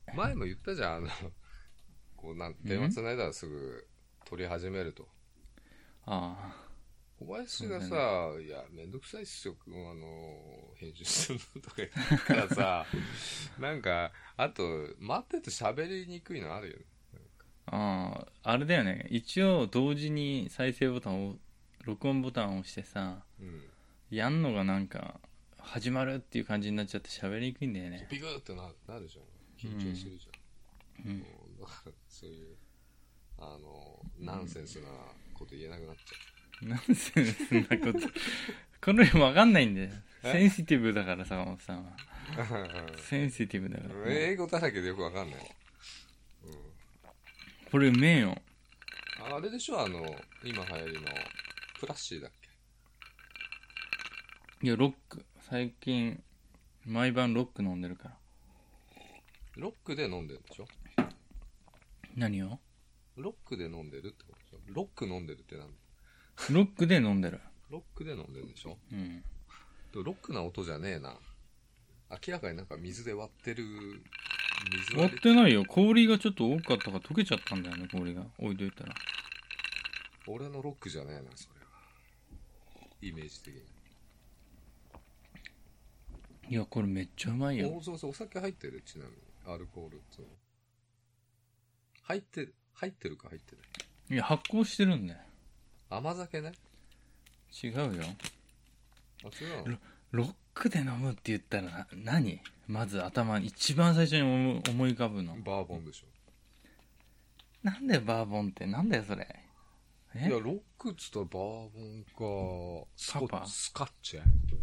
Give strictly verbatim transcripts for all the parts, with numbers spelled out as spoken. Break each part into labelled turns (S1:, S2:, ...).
S1: 前も言ったじゃん、あのこうなん電話つないだらすぐ撮り始めると。
S2: ああ。
S1: 小林がさ、ね、いやめんどくさいっすよ、あの編集するのとか言ったらさなんかあと待ってて喋りにくいのあるよね。
S2: ああ、あれだよね。一応同時に再生ボタンを録音ボタンを押してさ、うん、やんのがなんか始まるっていう感じになっちゃって喋りにくいんだよね。
S1: ビクって な, なるじゃん。緊張するじゃん、うん、だからそういうあのナンセンスなこと言えなくなっちゃう。
S2: ナンセンスなことこの辺分かんないんだよ。センシティブだから坂本さんはセンシティブだから、
S1: 英語だらけでよく分かんない、
S2: うん、これうめえよ。
S1: あれでしょ、あの今流行りのフラッシーだっ
S2: け。いやロック、最近毎晩ロック飲んでるから。
S1: ロックで飲んでるでしょ。
S2: 何を
S1: ロックで飲んでるってことでしょ。ロック飲んでるってなんだ。
S2: ロックで飲んでる。
S1: ロックで飲んでるでしょ。
S2: うん。
S1: ロックな音じゃねえな。明らかになんか水で割ってる。
S2: 水割ってないよ。氷がちょっと多かったから溶けちゃったんだよね、氷が。置いといたら。
S1: 俺のロックじゃねえな、それは。イメージ的に。
S2: いや、これめっちゃうまいよ。
S1: お、そうそう、お酒入ってる、ちなみに。アルコールっていうの。入ってる、入ってるか入ってない。
S2: いや、発酵してるんだよ。
S1: 甘酒ね。
S2: 違うよ。あ、違うの。 ロ, ロックで飲むって言ったら何、まず頭に一番最初に思い浮かぶの。
S1: バーボンでしょ。
S2: なんでバーボンってなんだよそれ。
S1: え、いや、ロックっつったらバーボンかスコ
S2: パパ
S1: スカッチェ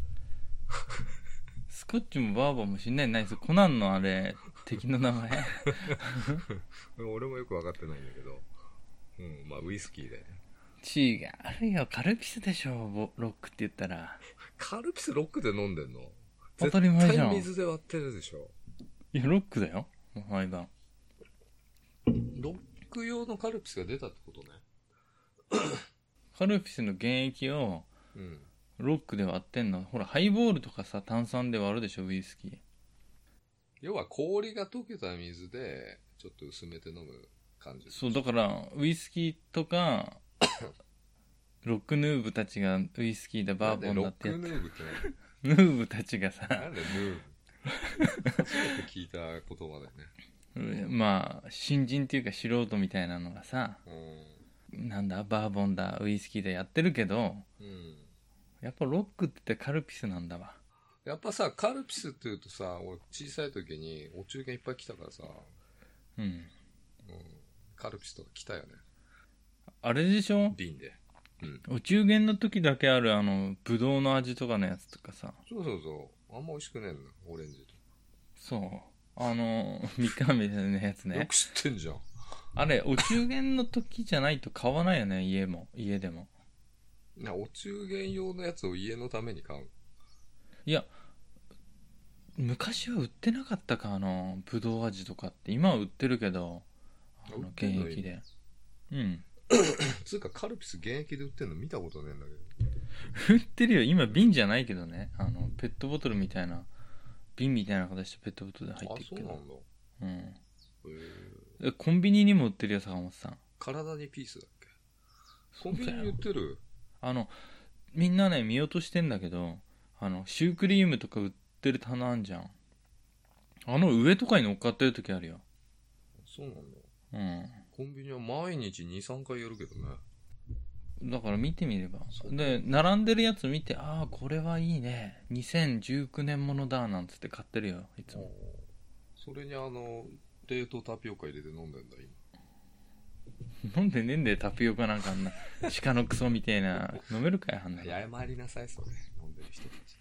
S2: スコッチもバーボンも知んない。何それ、コナンのあれ敵の名前
S1: 俺もよく分かってないんだけど、うん、まあウイスキーで。
S2: 違うよ、カルピスでしょ、ロックって言ったら。
S1: カルピスロックで飲んでんの？
S2: 当たり前じゃん。
S1: 絶対水で割ってるでしょ。
S2: いや、ロックだよ、毎晩。
S1: ロック用のカルピスが出たってことね。
S2: カルピスの原液をロックで割ってんの。ほら、ハイボールとかさ、炭酸で割るでしょ、ウイスキー。
S1: 要は氷が溶けた水でちょっと薄めて飲む感じ。
S2: そう、だからウイスキーとかロックヌーブたちがウイスキーでバーボンだってやって。
S1: ロックヌーブって
S2: 何？ヌーブたちがさ、
S1: なんでヌーブ初めて聞いた言葉だよ
S2: ね。まあ新人っていうか素人みたいなのがさ、うん、なんだバーボンだウイスキーだやってるけど、うん、やっぱロックって言ってカルピスなんだわ。
S1: やっぱさ、カルピスって言うとさ、俺小さい時にお中元いっぱい来たからさ、うん、うん、カルピスとか来たよね。
S2: あれでしょ、
S1: 瓶で、
S2: うん、お中元の時だけあるあのブドウの味とかのやつとかさ。
S1: そうそうそう、あんま美味しくねえんだ、オレンジと。
S2: そう、あのみかんみたいなやつね。
S1: よく知ってんじゃん。
S2: あれお中元の時じゃないと買わないよね、家も家でも。
S1: な、お中元用のやつを家のために買う。
S2: いや、昔は売ってなかったか、あのぶどう味とかって。今は売ってるけど、あの原液で。うん。
S1: つうかカルピス原液で売ってんの見たことねえんだけ
S2: ど。売ってるよ、今瓶じゃないけどね。あのペットボトルみたいな、瓶みたいな形でペットボトルで入ってるけど。
S1: あ、そうなんだ。
S2: うん。へえ。コンビニにも売ってるよ、坂本さん。
S1: 体にピースだっけ。コンビニに売ってる。
S2: あのみんなね見落としてんだけど、あのシュークリームとか売ってる棚あんじゃん。あの上とかに乗っかってる時あるよ。
S1: そうなんだ。
S2: うん。
S1: コンビニは毎日 に,さん 回やるけどね。
S2: だから見てみれば。で並んでるやつ見て、ああこれはいいね、にせんじゅうきゅうねんものだなんつって買ってるよいつも。
S1: それにあの冷凍タピオカ入れて飲んでんだ今。
S2: 飲んでねえんだよタピオカなんか。あんな鹿のクソみたいな飲めるかよあんな。
S1: 謝りなさいそれ、飲んでる人たち。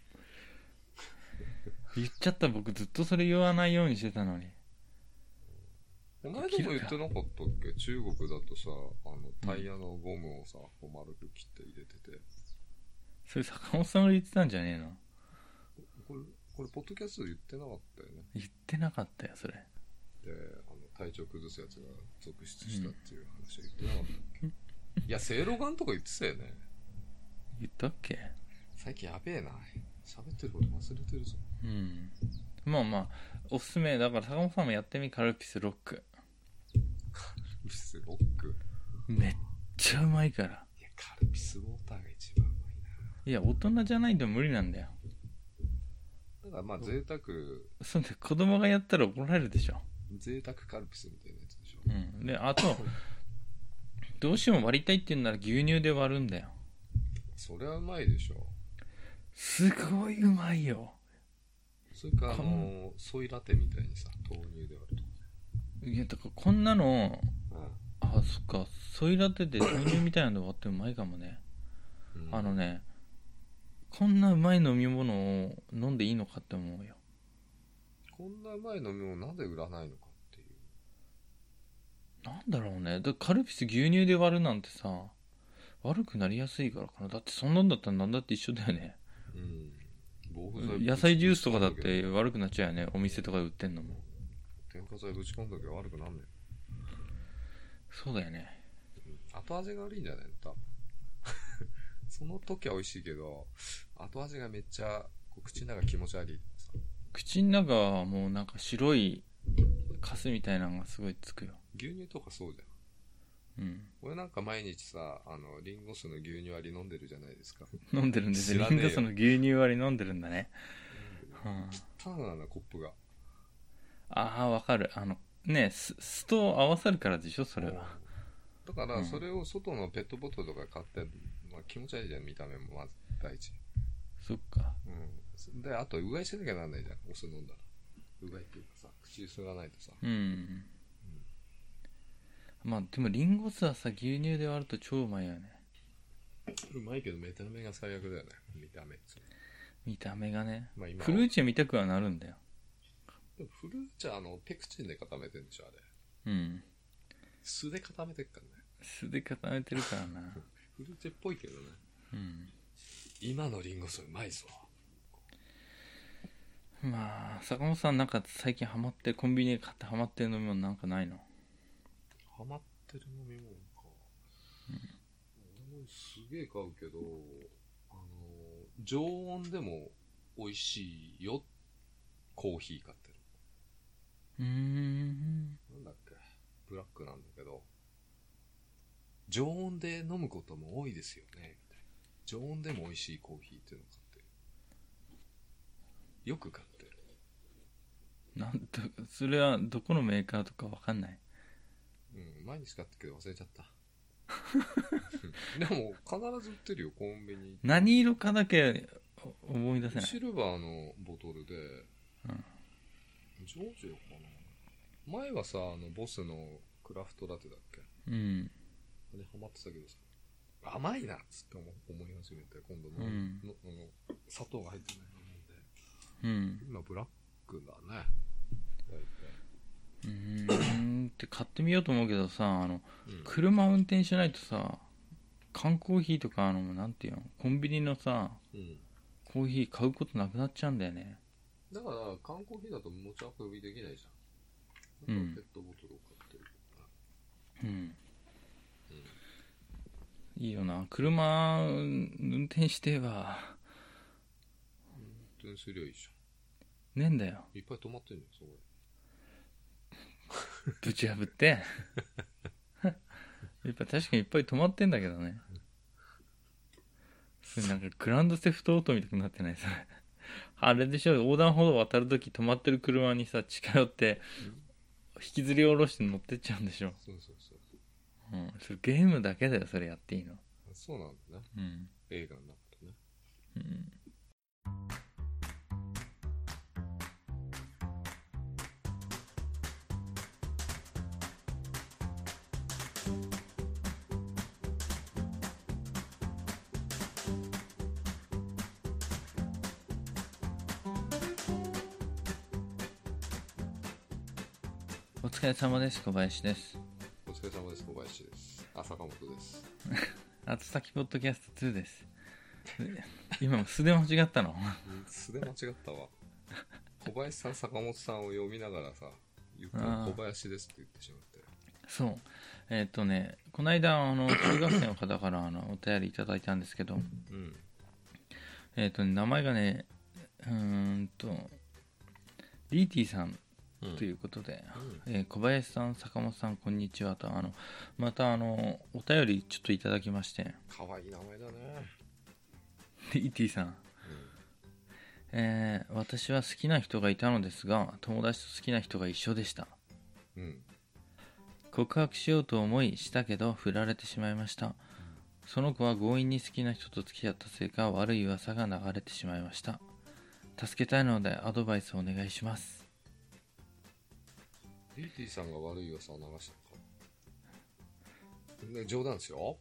S2: 言っちゃった、僕ずっとそれ言わないようにしてたのに。
S1: この間も言ってなかったっけ、中国だとさ、あのタイヤのゴムをさ、うん、丸く切って入れてて。
S2: それ坂本さんが言ってたんじゃねえの。
S1: これこれポッドキャストで言ってなかったよね。
S2: 言ってなかったよそれで。
S1: あの体調崩すやつが続出したっていう話は言ってなかったっけ、うん、いやセイロガンとか言ってたよね。
S2: 言ったっけ。
S1: 最近やべえな、喋ってること忘れてるぞ。
S2: うん。 まあまあおすすめだから坂本さんもやってみ。カルピスロック。
S1: カルピスロック
S2: めっちゃうまいから。
S1: いやカルピスウォーターが一番うまいな。
S2: いや大人じゃないと無理なんだよ。
S1: だからまあ贅沢、
S2: そうで子供がやったら怒られるでしょ。
S1: 贅沢カルピスみたいなやつでしょ。
S2: うん。であとどうしても割りたいって言うなら牛乳で割るんだよ。
S1: それはうまいでしょ。
S2: すごいうまいよ。
S1: それかあのソイラテみたいにさ豆乳で割るとか。
S2: いやだからこんなの、
S1: うん、
S2: あそっかソイラテで豆乳みたいなの割ってうまいかもね、うん、あのねこんなうまい飲み物を飲んでいいのかって思うよ。
S1: こんなうまい飲み物なんで売らないのかっていう。
S2: なんだろうね。だカルピス牛乳で割るなんてさ悪くなりやすいからかな。だってそんなんだったら何だって一緒だよね。うん。野菜ジュースとかだって悪くなっちゃうよね。お店とかで売ってんのも。
S1: 添加剤ぶち込んだ時は悪くなんねん。
S2: そうだよね。
S1: 後味が悪いんじゃないの多分。その時は美味しいけど後味がめっちゃこう口の中気持ち悪いとかさ。
S2: 口の中はもうなんか白いカスみたいなのがすごいつくよ。
S1: 牛乳とかそうじゃん。うん、俺なんか毎日さあのリンゴ酢の牛乳割り飲んでるじゃないですか。
S2: 飲んでるんですよ。リンゴ酢の牛乳割り飲んでるんだね。
S1: 汚いなコップが。
S2: ああわかる。あのね酢、酢と合わさるからでしょそれは。
S1: だからそれを外のペットボトルとか買って、まあ、気持ち悪いじゃん見た目もまず第一。
S2: そっか。
S1: うん。であとうがいしなきゃなんないじゃんお酢飲んだら。うがいっていうかさ口ゆすがないとさ。
S2: うん。うんまあでもリンゴ酢はさ牛乳で割ると超うまいよね。
S1: うまいけど見た目が最悪だよね。見た目
S2: 見た目がね、
S1: まあ、今
S2: フルーチェ見たくはなるんだよ。
S1: でもフルーチェあのペクチンで固めてるんでしょあれ。うん酢で固めてるからね。
S2: 酢で固めてるからな。
S1: フルーチェっぽいけどね。うん今のリンゴ酢うまいぞ。
S2: まあ坂本さんなんか最近ハマってコンビニで買ってハマってる飲み物なんかないの？
S1: ハマってる飲み物か、うん、俺もすげえ買うけどあの常温でも美味しいよコーヒー買ってる。うーんなんだっけブラックなんだけど常温で飲むことも多いですよねみたいな。常温でも美味しいコーヒーっていうのを買ってる。よく買ってる。
S2: なんとそれはどこのメーカーとかわかんない。
S1: うん、前に使ったけど忘れちゃった。でも必ず売ってるよコンビニ。
S2: 何色かだけ思い出せない。
S1: シルバーのボトルで、うん、ジョージアかな。前はさあのボスのクラフトラテだっけ。うん。あれハマってたけどさ甘いなっつって思い始めて今度の、うん、のあの砂糖が入ってないの飲んで、うん、今ブラックだね。
S2: うーんって買ってみようと思うけどさあの、うん、車運転しないとさ缶コーヒーとかあのなんていうのコンビニのさ、うん、コーヒー買うことなくなっちゃうんだよね。
S1: だから缶コーヒーだと持ち運びできないじゃん。だからペットボトルを買ってるから、うん、
S2: うん、いいよな車運転しては
S1: 運転すりゃいいじ
S2: ゃん。ねえんだよ
S1: いっぱい止まってんのよそこ
S2: ぶち破ってやっぱ確かにいっぱい止まってんだけどね。それなんかグランドセフトオートみたいになってないそれ。あれでしょ横断歩道渡るとき止まってる車にさ近寄って引きずり下ろして乗ってっちゃうんでしょ。そうそうそう、うん、それゲームだけだよそれやっていいの。
S1: そうなんだね、うん、映画の中でね、うん
S2: お疲れ様です。小林です。
S1: お疲れ様です。小林です。あ、坂本です。
S2: あつ先ポッドキャストツーです。今も素で間違ったの？
S1: 素で間違ったわ。小林さん、坂本さんを読みながらさ、ゆっくり小林ですって言ってしまって。
S2: そう。えっとね、この間あの中学生の方からあのお便りいただいたんですけど、うん、えっと、ね、名前がね、うーんとディーティー さんということで、うんえー、小林さん、坂本さん、こんにちはと、あのまたあのお便りちょっといただきまして。
S1: かわいい名前だね。
S2: ディーティー さん、うんえー、私は好きな人がいたのですが、友達と好きな人が一緒でした。うん、告白しようと思いしたけど振られてしまいました。うん、その子は強引に好きな人と付き合ったせいか悪い噂が流れてしまいました。助けたいのでアドバイスをお願いします。
S1: ディーティー さんが悪い噂を流したのか。冗談ですよ。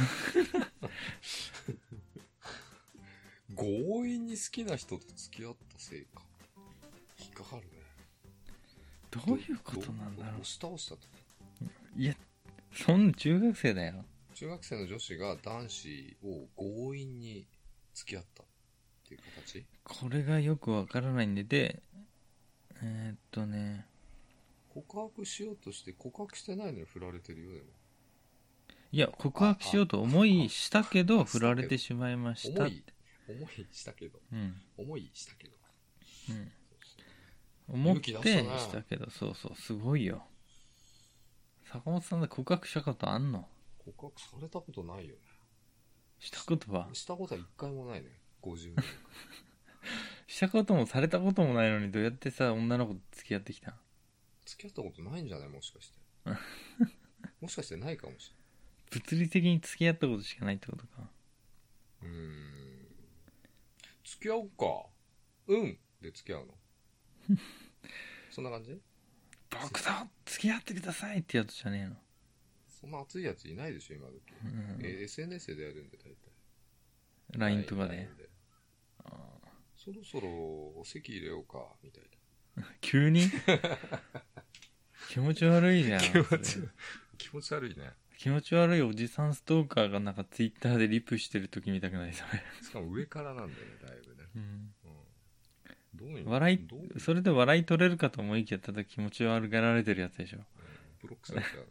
S1: 強引に好きな人と付き合ったせいか。引っかかるね。
S2: どういうことなんだろう。
S1: 押し倒したと。
S2: いや、そんな中学生だよ。
S1: 中学生の女子が男子を強引に付き合ったっていう形。
S2: これがよくわからないんで、で、えー、っとね。
S1: 告白しようとして告白してないのに振られてるよ。でも
S2: いや、告白しようと思いしたけど振られてしまいました。
S1: 思い思いしたけど、うん、思いしたけど、
S2: うん、思ってしたけど、そうそう、すごいよ。坂本さんで告白したことあんの？
S1: 告白されたことないよね。
S2: したことは
S1: したことは一回もないね。ごじゅうねん
S2: したこともされたこともないのに、どうやってさ女の子と付き合ってきた？
S1: 付き合ったことないんじゃない？もしかしてもしかしてないかもしれない。
S2: 物理的に付き合ったことしかないってことか。
S1: うーん、付き合おうか。うんで付き合うのそんな感じ？
S2: 僕と付き合ってくださいってやつじゃねえの。
S1: そんな熱いやついないでしょ今時、うんえー、エスエヌエス でやるんで大体
S2: ライン とかで、で
S1: あそろそろ席入れようかみたい
S2: な急に気持ち悪いじゃん。
S1: 気持ち気持ち悪いね。
S2: 気持ち悪いおじさんストーカーがなんかツイッターでリプしてる時見たくないそれ。
S1: しかも上からなんだよね、だいぶね。うん。
S2: うん、どういう笑いどうそれで笑い取れるかと思いきやただ気持ち悪がられてるやつでしょ。うん、
S1: ブロックされちゃう。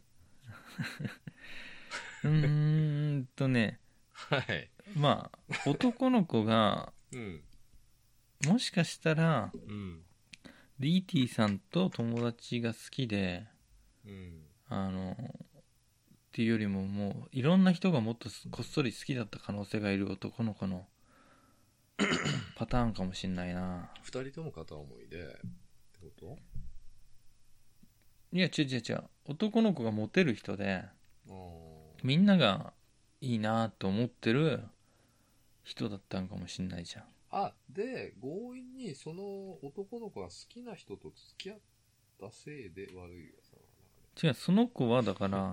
S2: うーんとね。
S1: はい。
S2: まあ男の子が、うん、もしかしたら、うん、ディーティー さんと友達が好きで、うん、あのっていうよりももういろんな人がもっとこっそり好きだった可能性がいる男の子のパターンかもしんないな。
S1: 二人とも片思いでってこと？
S2: いや違う違う違う、男の子がモテる人でみんながいいなと思ってる人だったんかもしんないじゃん。
S1: あ、で強引にその男の子が好きな人と付き合ったせいで悪いや
S2: つ。違う、その子はだから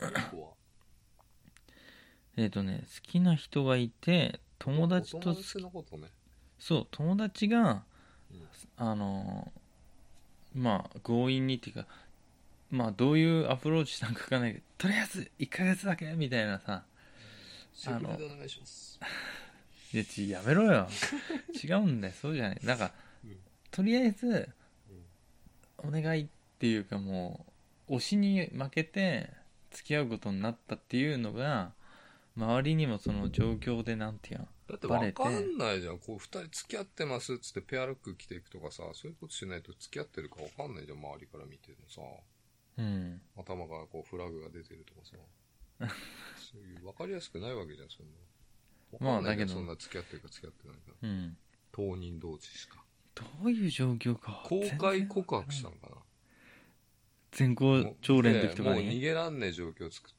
S2: えっとね好きな人がいて友達と
S1: 友達のことね。
S2: そう友達が、うん、あのまあ強引にっていうかまあどういうアプローチしたんか分かんないけどとりあえずいっかげつだけみたいなさ、
S1: セクレでお願いします。
S2: いやちやめろよ違うんだよ、そうじゃない。なんか、うん、とりあえず、うん、お願いっていうかもう推しに負けて付き合うことになったっていうのが周りにもその状況でなんていうの
S1: だって分かんないじゃん。こうふたり付き合ってますっつってペアルック着ていくとかさ、そういうことしないと付き合ってるか分かんないじゃん、周りから見てるのさ。うん、頭がこうフラグが出てるとかさそういう分かりやすくないわけじゃん、そんな。まあだけどそんな付き合ってるか付き合ってないか、うん、当人同士しか。
S2: どういう状況か。
S1: 公開告白したのかな。
S2: 全校朝礼の時とかに
S1: もう逃げらんねえ状況を作って、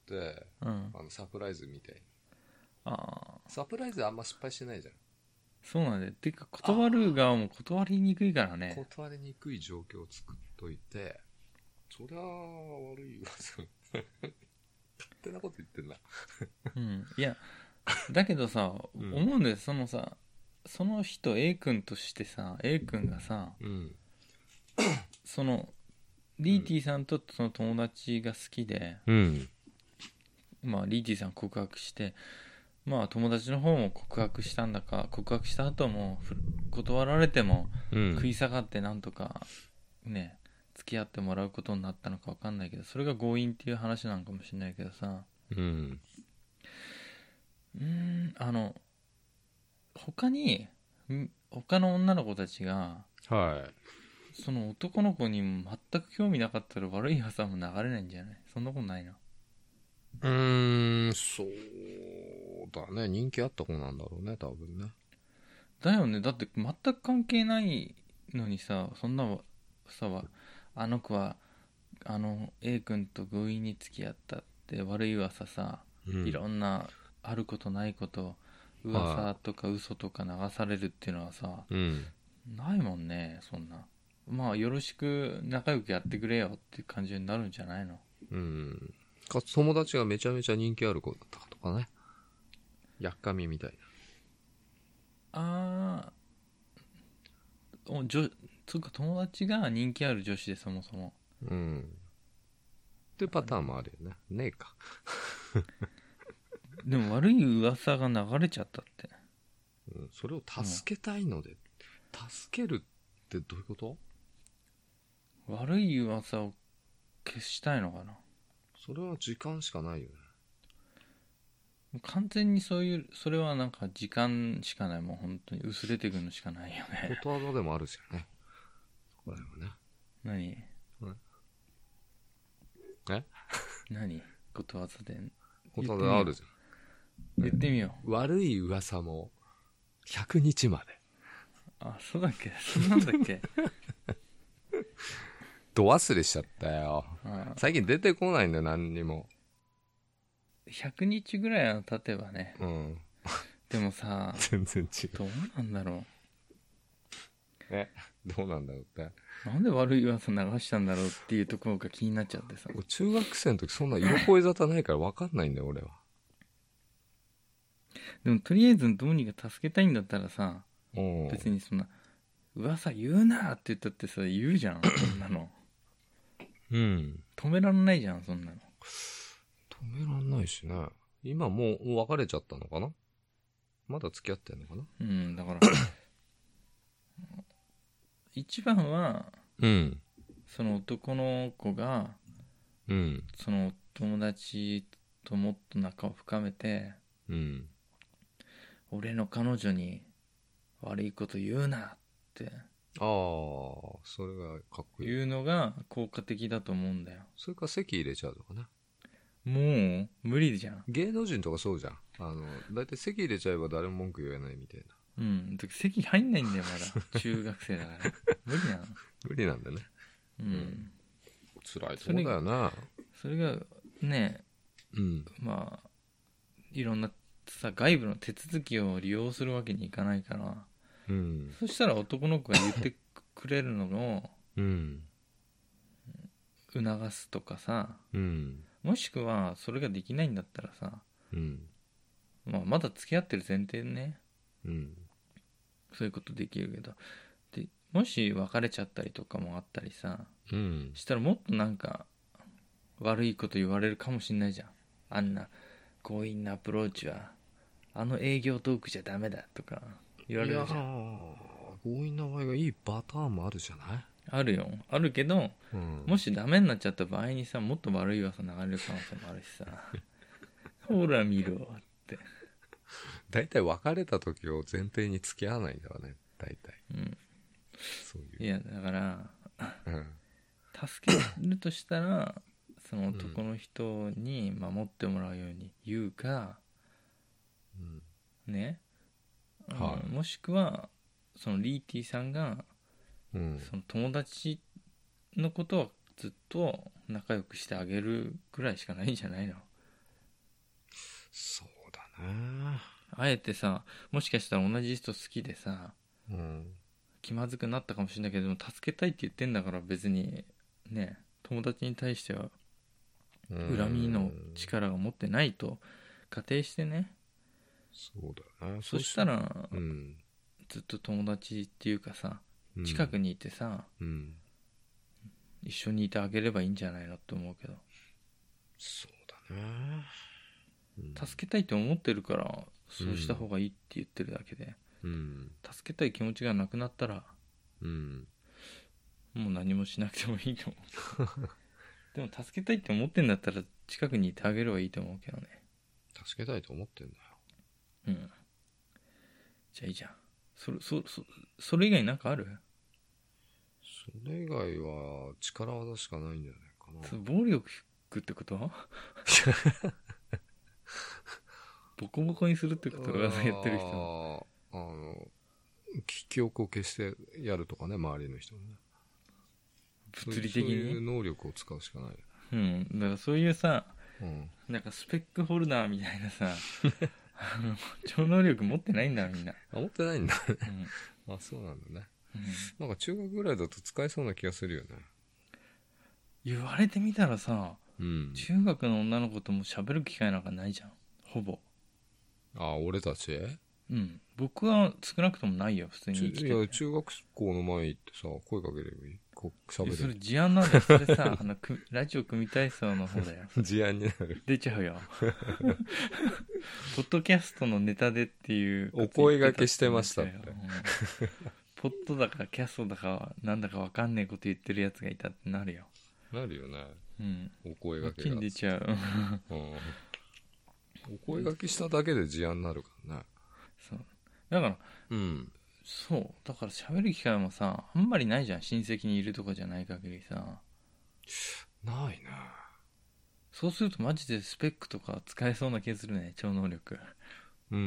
S1: うん、あのサプライズみたいに。あサプライズあんま失敗してないじゃん。
S2: そうなんだよ。てか断る側も断りにくいからね。
S1: 断りにくい状況を作っといて、そりゃ悪いわ勝手なこと言ってんな
S2: うん、いやだけどさ、うん、思うんだよ。そのさその人 A 君としてさ A 君がさ、うん、その ディーティー さんとその友達が好きで、うん、まあ ディーティー さん告白してまあ友達の方も告白したんだか告白した後も断られても食い下がってなんとかね付き合ってもらうことになったのか分かんないけど、それが強引っていう話なんかもしれないけどさ、うんうーんあの他に他の女の子たちが
S1: はい
S2: その男の子にも全く興味なかったら悪い噂も流れないんじゃない？そんなことないな。
S1: うーん、そうだね。人気あった子なんだろうね、多分ね。
S2: だよね。だって全く関係ないのにさ、そんなさ、あの子はあの A 君と強引に付き合ったって悪い噂さ、
S1: うん、
S2: いろんなあることないこと噂とか嘘とか流されるっていうのはさ、
S1: うん、
S2: ないもんね。そんな、まあよろしく仲良くやってくれよっていう感じになるんじゃないの？
S1: うん。かつ友達がめちゃめちゃ人気ある子だったとかね。やっかみみたい
S2: あーおじょつうか友達が人気ある女子でそもそも。
S1: な。うん。っていうパターンもあるよね。ねえか。
S2: でも悪い噂が流れちゃったって、
S1: うん、それを助けたいので、うん、助けるってどういうこと？
S2: 悪い噂を消したいのかな。
S1: それは時間しかないよね。
S2: 完全にそういう、それはなんか時間しかない。もう本当に薄れていくのしかないよね。
S1: ことわざでもあるしね。そこら辺はね。
S2: 何？
S1: え？
S2: 何？ことわざで
S1: ことわざあるじゃん。
S2: 言ってみよ
S1: う。悪い噂もひゃくにちまで。
S2: あ、そうだっけ？そんなんだっけ？
S1: ど忘れしちゃったよ。
S2: ああ、
S1: 最近出てこないんだよ、何にも。
S2: ひゃくにちぐらいは経てばね。
S1: うん。
S2: でもさ、
S1: 全然違う。
S2: どうなんだろう。
S1: え、どうなんだろうって。
S2: なんで悪い噂流したんだろうっていうところが気になっちゃってさ。
S1: 中学生の時そんな色恋沙汰ないから分かんないんだよ、俺は。
S2: でもとりあえずどうにか助けたいんだったらさ、別にそんな噂言うなって言ったってさ、言うじゃん、そんなの。
S1: うん。
S2: 止めらんないじゃん、そんなの。
S1: 止めらんないしね。今もう別れちゃったのかな？まだ付き合ってんのかな？
S2: うん、だから一番は、
S1: うん。
S2: その男の子が、
S1: うん。
S2: その友達ともっと仲を深めて、
S1: うん。
S2: 俺の彼女に悪いこと言うなって
S1: ああ、それがかっこいい。
S2: いうのが効果的だと思うんだよ。
S1: それから籍入れちゃうとかね。
S2: もう無理じゃん。
S1: 芸能人とかそうじゃん。あの、だいたい籍入れちゃえば誰も文句言えないみたいな。
S2: うん。だ席入んないんだよ、まだ。中学生だから。無理なの。
S1: 無理なんだね。
S2: うん。うん、
S1: 辛いとこだよな。
S2: それが、ね、うん。まあ、いろんなさ、外部の手続きを利用するわけにいかないから、うん。そしたら男の子が言ってくれるのを、うん。促すとかさ、うん。もしくは、それができないんだったらさ、うん。まあ、まだ付き合ってる前提でね、うん。そういうことできるけど、でもし別れちゃったりとかもあったりさ、うん。したらもっとなんか悪いこと言われるかもしんないじゃん。あんな強引なアプローチはあの営業トークじゃダメだとか言われるじゃん。いや
S1: 強引な場合がいいパターンもあるじゃない？
S2: あるよ、あるけど、うん、もしダメになっちゃった場合にさ、もっと悪い噂流れる可能性もあるしさほら見ろって
S1: だいたい別れた時を前提に付き合わないんだわね、だいたい。うん。
S2: そういう。いや、だから、うん、助けるとしたら、その男の人に守ってもらうように言うか、うん、ね、はい、もしくは、そのリーティさんが、うん、その友達のことはずっと仲良くしてあげるくらいしかないんじゃないの？
S1: そうだな。
S2: あえてさ、もしかしたら同じ人好きでさ、うん、気まずくなったかもしれないけど、助けたいって言ってんだから別にね、友達に対しては恨みの力が持ってないと仮定してね。
S1: そうだな。
S2: そしたら、うん、ずっと友達っていうかさ、近くにいてさ、うん、一緒にいてあげればいいんじゃないのって思うけど。
S1: そうだな。
S2: うん、助けたいって思ってるからそうした方がいいって言ってるだけで、うん、助けたい気持ちがなくなったら、うん、もう何もしなくてもいいと思うでも助けたいって思ってんだったら近くにいてあげればいいと思うけどね。
S1: 助けたいと思ってんだよ。
S2: うん。じゃあいいじゃん。それ、そ、そ、それ以外なんかある？
S1: それ以外は力技しかないんじゃないかな。
S2: それ暴力ってことボコボコにするってこと技やってる人。
S1: ああの、記憶を消してやるとかね、周りの人にね。
S2: 物理的に、
S1: そういう能力を使うしかない。
S2: うん。だからそういうさ、
S1: うん、
S2: なんかスペックホルダーみたいなさあの超能力持ってないんだみんな。
S1: あ、持ってないんだね、
S2: うん、
S1: あ、そうなんだね、
S2: うん、
S1: なんか中学ぐらいだと使えそうな気がするよね。
S2: 言われてみたらさ、
S1: うん、
S2: 中学の女の子とも喋る機会なんかないじゃん、ほぼ。
S1: あ、俺たち、
S2: うん、僕は少なくともないよ、普通に生きてて。
S1: いや、中学校の前行ってさ、声かければいい、こう喋れる。
S2: それ事案なんだよ。それさあのラジオ組体操の方だよ。
S1: 事案になる。
S2: 出ちゃうよポッドキャストのネタでっていう
S1: お声掛けしてましたって、
S2: うん、ポッドだかキャストだかなんだか分かんねえこと言ってるやつがいたってなるよ。
S1: なるよね、
S2: うん、
S1: お声掛けが
S2: こっちに出ちゃう、
S1: うん、お声掛けしただけで事案になるからね。
S2: そうだから、
S1: うん、
S2: そうだから喋る機会もさあんまりないじゃん、親戚にいるとかじゃない限りさ。
S1: ないな。
S2: そうするとマジでスペックとか使えそうな気がするね、超能力。
S1: うん、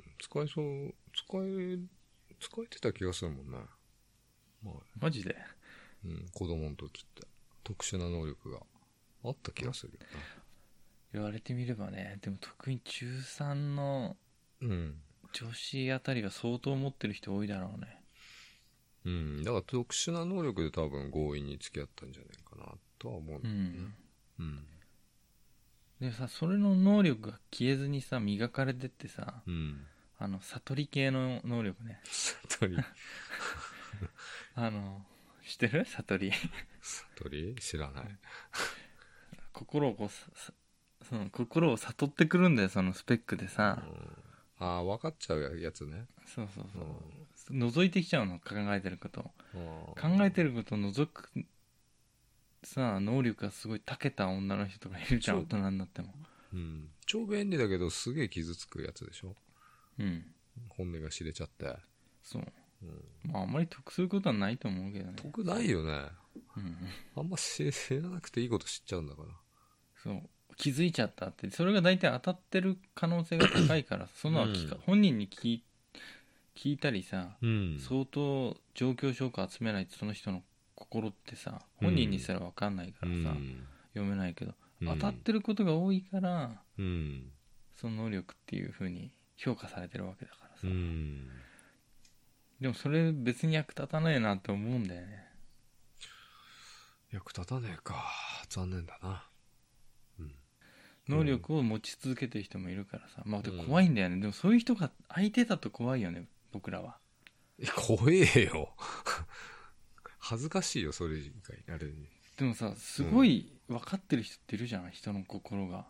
S1: 使えそう、使え使えてた気がするもんね、まあ、
S2: マジで、
S1: うん、子供の時って特殊な能力があった気がするよね。
S2: 言われてみればね。でも特に中さんの
S1: うん
S2: 女子あたりは相当持ってる人多いだろうね。
S1: うん、だから特殊な能力で多分強引に付き合ったんじゃないかなとは思うんだよね。うん、うん、
S2: でさ、それの能力が消えずにさ磨かれてってさ、
S1: うん、
S2: あの悟り系の能力ね。
S1: 悟り
S2: あの知ってる？悟り
S1: 悟り知らない。
S2: 心をこうさその心を悟ってくるんだよ、そのスペックでさ、
S1: うん、ああ分かっちゃうやつね。
S2: そうそうそう、うん、覗いてきちゃうの、考えてること考えてることを覗くさあ能力がすごい長けた女の人とかいるじゃん、大人になっても。
S1: うん、超便利だけどすげえ傷つくやつでしょ。
S2: うん、
S1: 本音が知れちゃって。
S2: そう、うん、まああんまり得することはないと思うけどね。
S1: 得ないよね、
S2: うん、
S1: あんま知らなくていいこと知っちゃうんだから。
S2: そう気づいちゃったって、それが大体当たってる可能性が高いからその、うん、本人に聞い、聞いたりさ、うん、相当状況証拠集めないとその人の心ってさ本人にすら分かんないからさ、うん、読めないけど、うん、当たってることが多いから、うん、その能力っていう風に評価されてるわけだからさ、うん、でもそれ別に役立たないなって思うんだよね。
S1: 役立たねえか、残念だな。
S2: 能力を持ち続けてる人もいるからさ、まあ怖いんだよね、うん、でもそういう人が相手だと怖いよね、僕らは。
S1: 怖えよ恥ずかしいよ、それ以外あれに。
S2: でもさ、すごい分かってる人っているじゃん、うん、人の心が。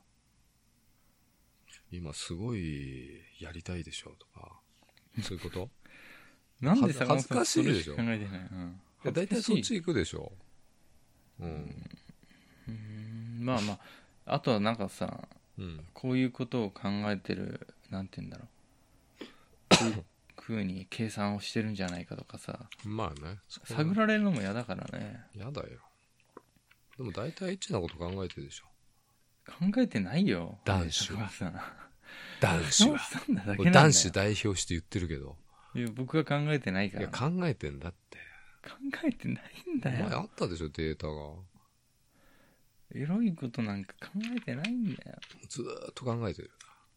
S1: 今すごいやりたいでしょとかそういうこと
S2: なんでさ、
S1: 恥ずかしいでしょ。
S2: 考えてない、うん、
S1: いや大体そっち行くでしょ。うん、うん
S2: うん、まあまああとはなんかさ、うん、こういうことを考えてる、なんて言うんだろうこういう風に計算をしてるんじゃないかとかさ、
S1: まあね、
S2: 探られるのも嫌だからね。
S1: 嫌だよ。でも大体エッチなこと考えてるでしょ。
S2: 考えてないよ、
S1: 男子は。
S2: 男子は
S1: 男子代表して言ってるけど、
S2: いや僕は考えてないから。
S1: いや考えてんだって。
S2: 考えてないんだよ。
S1: お前あったでしょ、データが。
S2: エロいことなんか考えてないんだよ。
S1: ずーっと考えてる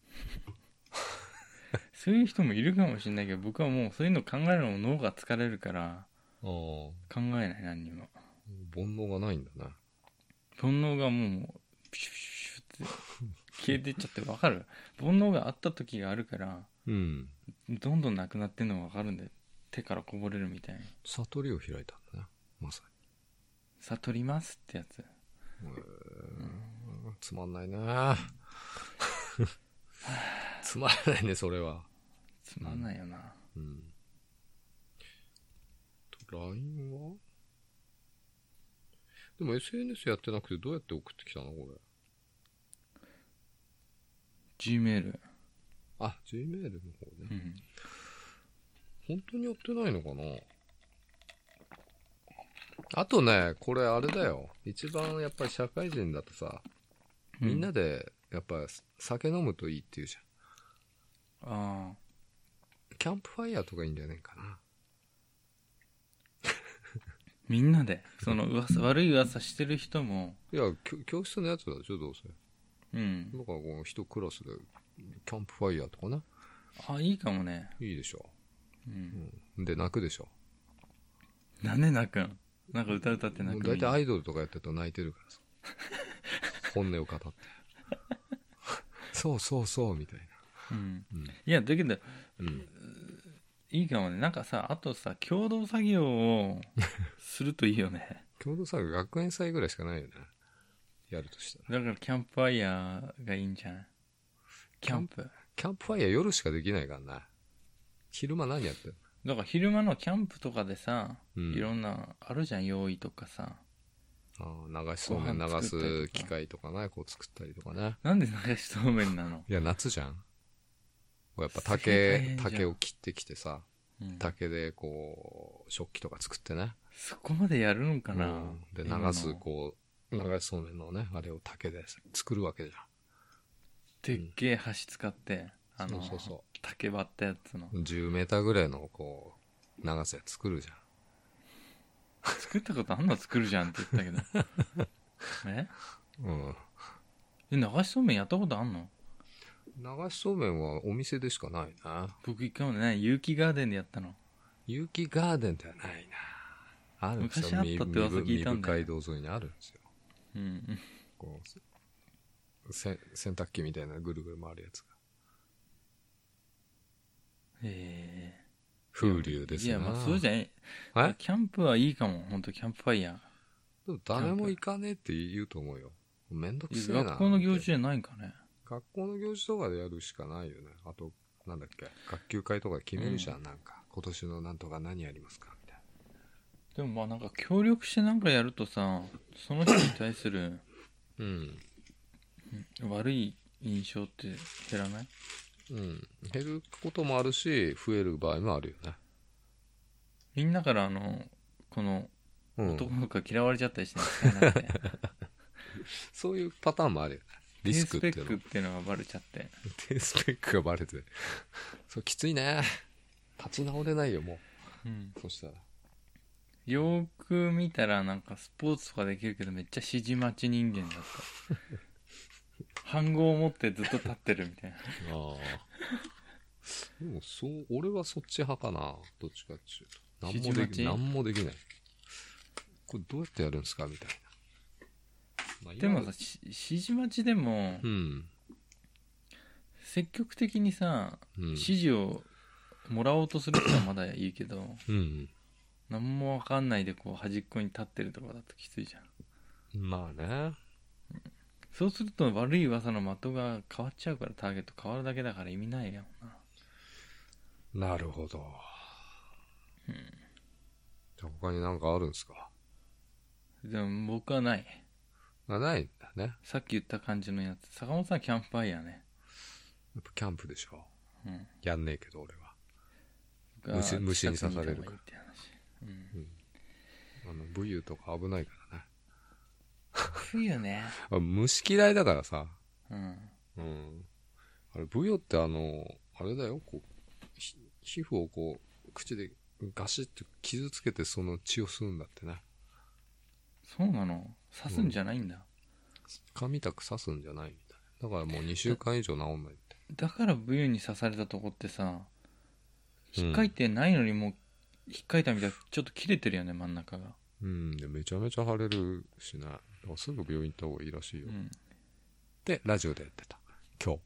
S2: そういう人もいるかもしれないけど、僕はもうそういうの考えるのも脳が疲れるから考えない、何にも。
S1: 煩悩がないんだな。
S2: 煩悩がもうピシュピシュって消えていっちゃって、分かる？煩悩があった時があるから、うん、どんどんなくなってんのが分かるんで、手からこぼれるみたいに。悟
S1: りを開いたんだな、まさに。
S2: 悟りますってやつ。
S1: うーん、うん、つまんないなつまらないね、それは。
S2: つまんないよな。うん。うん、
S1: と ライン はでも エスエヌエス やってなくてどうやって送ってきたのこれ。
S2: Gmail。
S1: あ、Gmail の方ね。うん。本当にやってないのかな。 あとね、これあれだよ。一番やっぱり社会人だとさ、
S2: うん
S1: みんなでやっぱ酒飲むといいっていうじゃん。
S2: ああ。
S1: キャンプファイヤーとかいいんじゃないかな。
S2: みんなで、その噂、悪い噂してる人も、
S1: いや、教教室のやつだでしょ、どうせ。
S2: うん。
S1: だからこの一クラスでキャンプファイヤーとかね。
S2: あ、いいかもね。
S1: いいでしょ。
S2: う。
S1: うんん。で、泣くでしょ。
S2: なんで泣くん？なんか歌歌って泣くの。
S1: もう大体アイドルとかやってると泣いてるからさ。本音を語って。そうそうそうみたいな。
S2: うん。
S1: うん。
S2: いや、だけど、
S1: うん。
S2: いいかもね。なんかさ、あとさ、共同作業をするといいよね。
S1: 共同作業学園祭ぐらいしかないよね。やるとしたら。
S2: だからキャンプファイヤーがいいんじゃない？キャンプ。
S1: キャンプファイヤー夜しかできないからな。昼間何やってる？
S2: だから昼間のキャンプとかでさ、
S1: うん
S2: いろんな、あるじゃん、用意とかさ。
S1: ああ、流しそうめん流
S2: ご飯作ったり
S1: す
S2: とか
S1: 機械とかね、こう作ったりとかね。
S2: なんで流しそうめんなの？
S1: いや、夏じゃん。こうやっぱ
S2: すげえ大
S1: 竹、
S2: 変じゃん
S1: 竹を切ってきてさ、
S2: うん
S1: 竹でこう、食器とか作ってね。
S2: そこまでやるのかな、
S1: うんで、
S2: 今の
S1: 流す、こう、流しそうめんのね、あれを竹で作るわけじ
S2: でっけえ箸使って、あの
S1: そうそうそ
S2: 竹割ったやつの
S1: ゃん。じゅうメーターぐらいの、こう、長さやつ作るじゃん。
S2: 作ったことあんの？作るじゃんって言ったけどえ
S1: うん。
S2: え流しそうめんやったことあんの？
S1: 流しそうめんはお店でしかないな。
S2: 僕一回もね、有機ガーデンでやったの。
S1: 有機ガーデンではないな。あるんですよ。
S2: 昔あったって噂聞いたんだよ
S1: 三部街道沿いにあるんですよ。
S2: うん
S1: こう、せ洗濯機みたいなぐるぐる回るやつが。
S2: へえ
S1: 風流ですな。
S2: いや、まあそうじゃん。
S1: え
S2: キャンプはいいかも。ほんとキャンプファイヤ
S1: でも誰も行かねえって言うと思うよ。めんどくせ
S2: ー。
S1: えな。
S2: 学校の行事じゃないんかね。
S1: 学校の行事とかでやるしかないよね。あと、なんだっけ、学級会とか決めるじゃん、
S2: うん
S1: なんか。今年のなんとか何やりますかみたい
S2: でもまあなんか協力してなんかやるとさ、その人に対する
S1: な。うん。
S2: うん悪い印象って減らない？
S1: うん。減ることもあるし、増える場合もあるよね。
S2: みんなからあの、この
S1: うん。
S2: 男の子が嫌われちゃったりして使えなくて。
S1: そういうパターンもあるよね。
S2: 低
S1: リスク
S2: スペ
S1: っていうの。
S2: ックっていうのがバレちゃって。
S1: 低スペックがバレて。そう、きついね。立ち直れないよ、も
S2: うん。
S1: う。そしたら。
S2: よーく見たらなんかスポーツとかできるけどめっちゃ指示待ち人間だった飯盒を持ってずっと立ってるみたいな。
S1: ああ。でも、そう、俺はそっち派かな。どっちかっていうと。何もでき、
S2: 指示待ち
S1: 何もできない。これどうやってやるんですかみたいな。まあ
S2: でもさ、し指示待ちでも
S1: うん。
S2: 積極的にさ、
S1: うん。
S2: 指示をもらおうとする人はまだいいけど、
S1: うん。
S2: 何もわかんないでこう端っこに立ってるとかだときついじゃん。
S1: まあね。
S2: そうすると悪い噂の的が変わっちゃうから、ターゲット変わるだけだから意味ないよな。
S1: なるほど。じゃあ他に何かあるんですか？
S2: でも僕はない。
S1: あ、ないんだね。
S2: さっき言った感じのやつ。坂本さんキャンプファイヤーね。
S1: やっぱキャンプでしょ。
S2: うん。
S1: やんねえけど俺は。
S2: が
S1: 虫虫に刺されるから
S2: 近くにいた方がいいって話。うん。
S1: あの、ブユとか危ないからね。
S2: 冬ね。
S1: あ、虫嫌いだからさ。
S2: うん。
S1: うん。あれ、ブヨってあの、あれだよ、こう、ひ皮膚をこう、口でガシッと傷つけてその血を吸うんだってね。
S2: そうなの？刺すんじゃないんだ。
S1: 髪たく刺すんじゃないみたいな。だからもうにしゅうかん以上治んないって。
S2: だからブユに刺されたとこってさ、引っかいてないのにもう、引っかいたみたいにちょっと切れてるよね、真ん中が。
S1: うん。で、めちゃめちゃ腫れるしね。だからすぐ病院行った方がいいらしいよ。
S2: うん。
S1: で、ラジオでやってた。今日。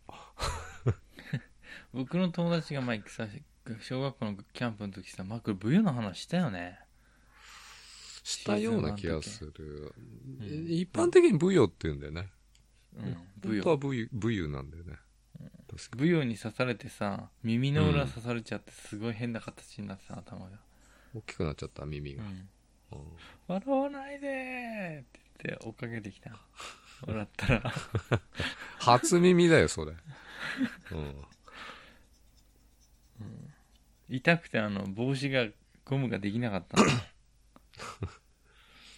S2: 僕の友達が前さ、小学校のキャンプの時さ、マークブユの話したよね。
S1: したような気がする。
S2: うん
S1: 一般的にブヨって言うんだよね。
S2: うん。ブユ
S1: 本当。はブユ、ブユなんだよね。確か
S2: ブユに刺されてさ、耳の裏刺されちゃってすごい変な形になってた、頭が。
S1: 大きくなっちゃった、耳が。
S2: うん。
S1: うん
S2: 笑わないでーって言って追っかけてきた。笑ったら。
S1: 初耳だよ、それ。うん。
S2: 痛くてあの帽子がゴムができなかったの。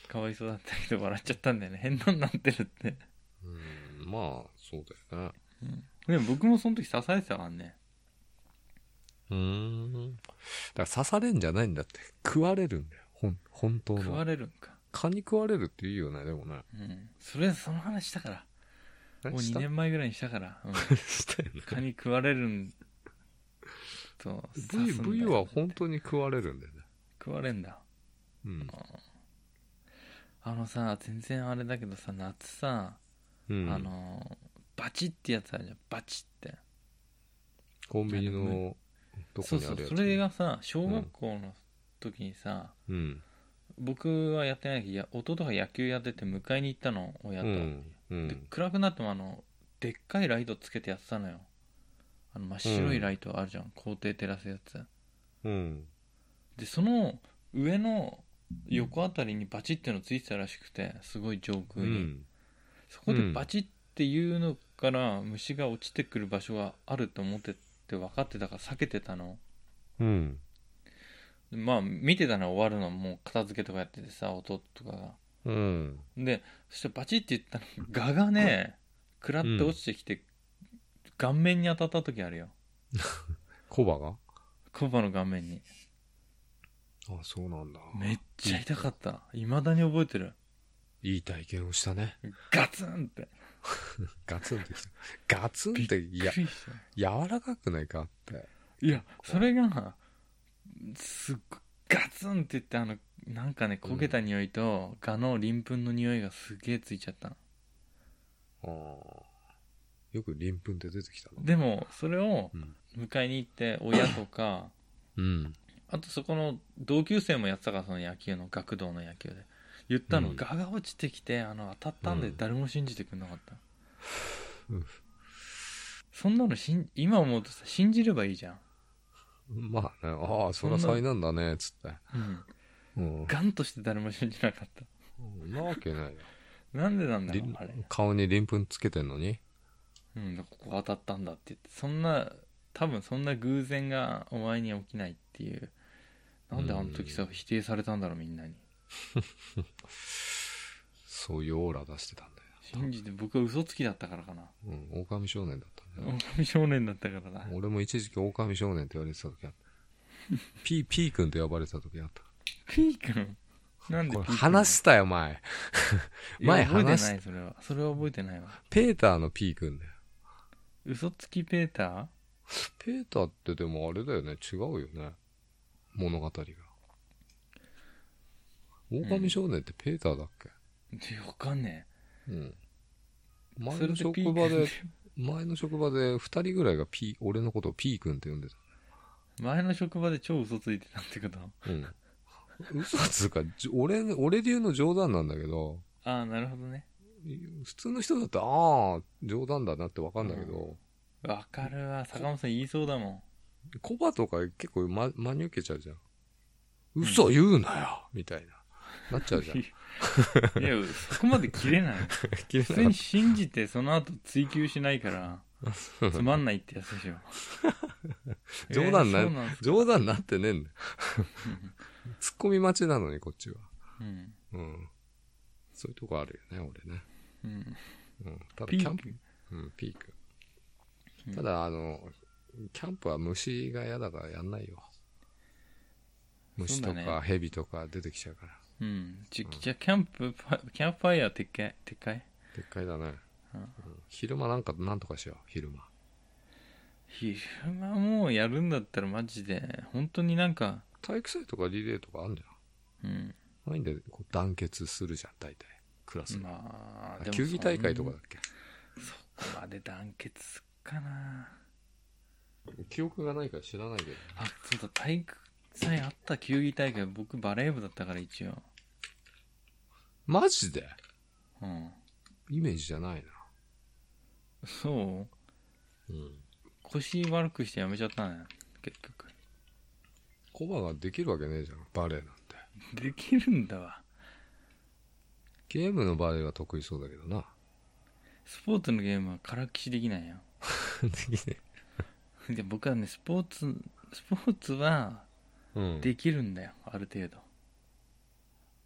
S2: かわいそうだったけど笑っちゃったんだよね。変なになってるって。
S1: うん、まあそうだよね。
S2: うん、でも僕もその時刺されてたからね。
S1: うーん。だから刺されんじゃないんだって。食われるんだよ。ほん、本当の。
S2: 食われるんか。
S1: 蚊に食われるって言うよね、でもね。
S2: うん。それ、その話したから。もうにねんまえぐらいにしたから。うん、
S1: したよね。
S2: 蚊に食われるんと刺すんだよ。
S1: V、V は本当に食われるんだよね。
S2: 食われんだ。
S1: うん。
S2: あのさ、全然あれだけどさ、夏さ、うん、あの、バチってやつあるじゃん。バチって。
S1: コンビニのどこにあるやつ。そうそう、
S2: それがさ、小学校の時にさ、うん、僕はやってないけど、いや弟が野球やってて迎えに行ったの、親と、うんうん、で暗くなってもあのでっかいライトつけてやってたのよ。あの真っ白いライトあるじゃん、うん、校庭照らすやつ、うん、でその上の横あたりにバチってのついてたらしくて、すごい上空に、うん、そこでバチっていうのから虫が落ちてくる場所があると思ってて分かってたから避けてたの。うん。まあ見てたのは終わるの、もう片付けとかやっててさ、弟とかが。うん。で、そしてバチって言ったの、ガがね、食らって落ちてきて、うん、顔面に当たった時あるよ。
S1: コバが
S2: コバの顔面に。
S1: あ、そうなんだ。
S2: めっちゃ痛かった。未だに覚えてる。
S1: いい体験をしたね。
S2: ガツンって。
S1: ガツンってきた。ガツンって、いや、柔らかくないかって。
S2: いや、それが、すっごいガツンって言って、あの、なんかね、焦げた匂いと、ガの鱗粉の匂いがすげえついちゃったの。
S1: ああ。よく鱗粉って出てきたの。
S2: でも、それを迎えに行って、親とか、うん。あとそこの同級生もやってたから、その野球の、学童の野球で。言ったの、うん、ガが落ちてきて、あの、当たったんで誰も信じてくれなかった。うん、そんなのしん、今思うとさ、信じればいいじゃん。
S1: まあね、ああ、そりゃ災難だね、つって。
S2: うん。ガンとして誰も信じなかった。
S1: そんなわけないよ。
S2: なんでなんだろう、あれ。
S1: 顔に鱗粉つけてんのに。
S2: うん、ここ当たったんだって言って、そんな、多分そんな偶然がお前に起きないっていう。なんであの時さ、否定されたんだろう、みんなに。
S1: そういうオーラ出してたんだよ。
S2: 信じて、僕は嘘つきだったからかな。
S1: うん、狼少年だったんだよ。
S2: 狼少年だったからな。
S1: 俺も一時期狼少年って言われてた時あった。ピー、ピー君って呼ばれてた時あった。
S2: ピー君なんでピー君
S1: 話したよ、前。前話した。
S2: 覚えてない、それは。それは覚えてないわ。
S1: ペーターのピー君だよ。
S2: 嘘つきペーター？
S1: ペーターってでもあれだよね。違うよね。物語が。狼少年ってペーターだっけ？
S2: うん、わかんねえ。うん。
S1: 前の職場で、前の職場で二人ぐらいがピー、俺のことをピー君って呼んでた。
S2: 前の職場で超嘘ついてたってこと？うん。
S1: 嘘つうか、俺、俺で言うの冗談なんだけど。
S2: ああ、なるほどね。
S1: 普通の人だと、ああ、冗談だなってわかんだけど。
S2: わかるわ。坂本さん言いそうだもん。
S1: コバとか結構、ま、真に受けちゃうじゃん。嘘言うなよ、うん、みたいな。なっちゃうじゃん。い
S2: や、そこまで切れない。切れない。普通に信じて、その後追求しないから、つまんないってやつでしょ。
S1: 冗談な、えー、冗談なってねえんだよ。ツッコミ待ちなのに、こっちは。うん。うん。そういうとこあるよね、俺ね。うん。うん。ただ、キャンプ。うん、ピーク。うん、ただ、あの、キャンプは虫が嫌だからやんないよ。虫とかヘビとか出てきちゃうから。
S2: うん。じゃあ、キャンプ、キャンプファイヤーでっかいでっかい
S1: でっかいだね。うん、昼間なんか、なんとかしよう、昼間。
S2: 昼間もうやるんだったらマジで、本当になんか。
S1: 体育祭とかリレーとかあるじゃん。うん。ないんで、こう団結するじゃん、大体。クラス。まあ、球技大会とかだっけ？
S2: そこまで団結すっかな。
S1: 記憶がないから知らないけど。
S2: あ、そうだ、体育祭あった球技大会。僕バレー部だったから一応。
S1: マジで？うん。イメージじゃないな。
S2: そう？うん。腰悪くしてやめちゃったね、結局。
S1: コバができるわけねえじゃん、バレーなんて。
S2: できるんだわ。
S1: ゲームのバレーは得意そうだけどな。
S2: スポーツのゲームはからっきしできないよ。できねえ。で、僕はね、スポーツ、スポーツは、できるんだよ、うん、ある程度。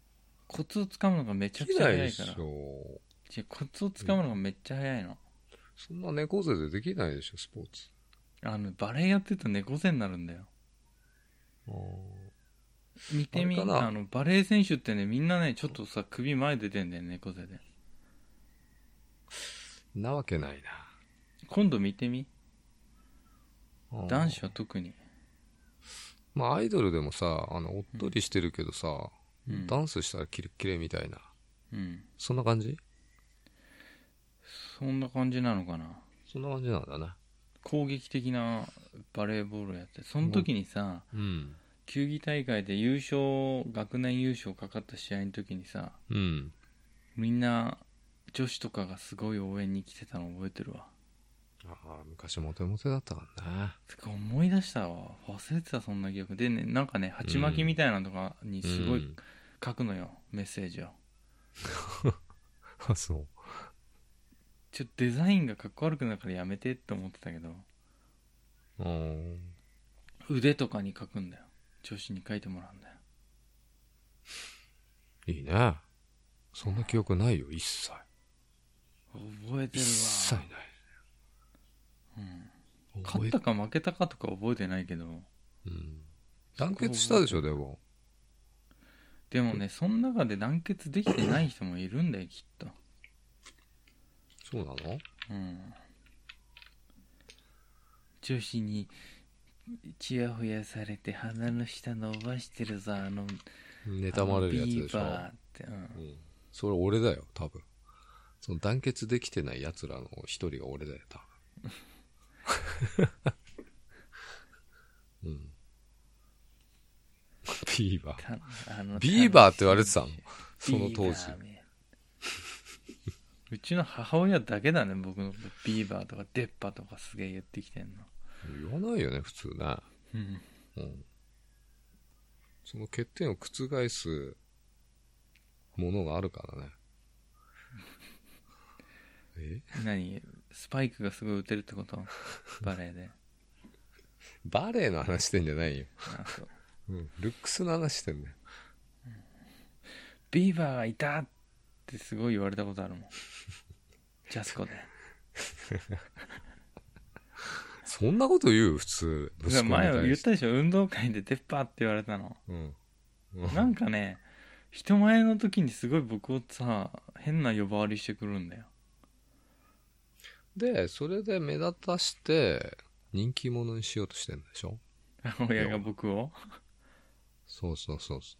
S2: コツをつかむのがめちゃくちゃ早いから。
S1: できないでしょ。
S2: 違う、コツをつかむのがめっちゃ早いの。
S1: そんな猫背でできないでしょ、スポーツ。
S2: あのバレエやってると猫背になるんだよ。
S1: あ
S2: 見てみ、ああのバレエ選手ってね、みんなねちょっとさ首前出てんだよね、猫背で。
S1: なわけないな。
S2: 今度見てみ。男子は特に。
S1: まあアイドルでもさ、あのおっとりしてるけどさ、
S2: うん、
S1: ダンスしたらキレッキレみたいな、
S2: うん、
S1: そんな感じ？
S2: そんな感じなのかな。
S1: そんな感じなんだね。
S2: 攻撃的なバレーボールやって、その時にさ、
S1: うん、
S2: 球技大会で優勝、学年優勝かかった試合の時にさ、
S1: うん、
S2: みんな女子とかがすごい応援に来てたの覚えてるわ。
S1: ああ、昔モテモテだったからね。
S2: つか思い出したわ、忘れてた、そんな記憶でね。なんかね、鉢巻きみたいなのとかにすごい書くのよ、うん、メッセージを。
S1: あ、そう。
S2: ちょっとデザインがかっこ悪くなるからやめてって思ってたけど、
S1: うん、
S2: 腕とかに書くんだよ、女子に書いてもらうんだよ。
S1: いいね。そんな記憶ないよ、一切。
S2: 覚えてるわ。一
S1: 切ない。
S2: うん、勝ったか負けたかとか覚えてないけど、
S1: うん、団結したでしょ。でも
S2: でもね、その中で団結できてない人もいるんだよ、きっと。
S1: そうなの？
S2: うん。女子にチヤホヤされて鼻の下伸ばしてるぞ、あの
S1: 妬まれるやつでしょ。
S2: ビーバーって、うんうん、
S1: それ俺だよ、多分。その団結できてないやつらの一人が俺だよ、多分。うん、ビーバービーバーって言われてたの、その当時。
S2: うちの母親だけだね、僕のビーバーとかデッパとかすげえ言ってきてんの。
S1: 言わないよね、普通ね。うん、うん、その欠点を覆すものがあるからね。え？
S2: 何？スパイクがすごい打てるってこと？バレーで。
S1: バレーの話してんじゃないよ。
S2: あ、そう。
S1: うん、ルックスの話してんだよ。
S2: うん、ビーバーがいたってすごい言われたことあるもん。ジャスコで。
S1: そんなこと言う？普通。
S2: 前は言ったでしょ、運動会でデッパーって言われたの。うんうん、なんかね、人前の時にすごい僕をさ、変な呼ばわりしてくるんだよ。
S1: で、それで目立たして人気者にしようとしてるんでしょ？
S2: 親が僕を？
S1: そうそうそうそう。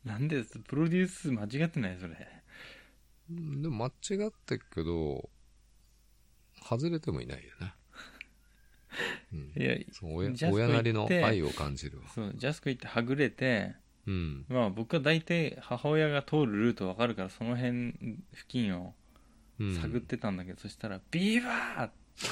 S2: なんでプロデュース間違ってない？それ。
S1: でも間違ってるけど外れてもいないよね。うん、いや、そう親、親なりの愛を感じるわ。
S2: そう、ジャスコ行ってはぐれて、
S1: うん、
S2: まあ僕は大体母親が通るルート分かるからその辺付近を探ってたんだけど、うん、そしたらビーバー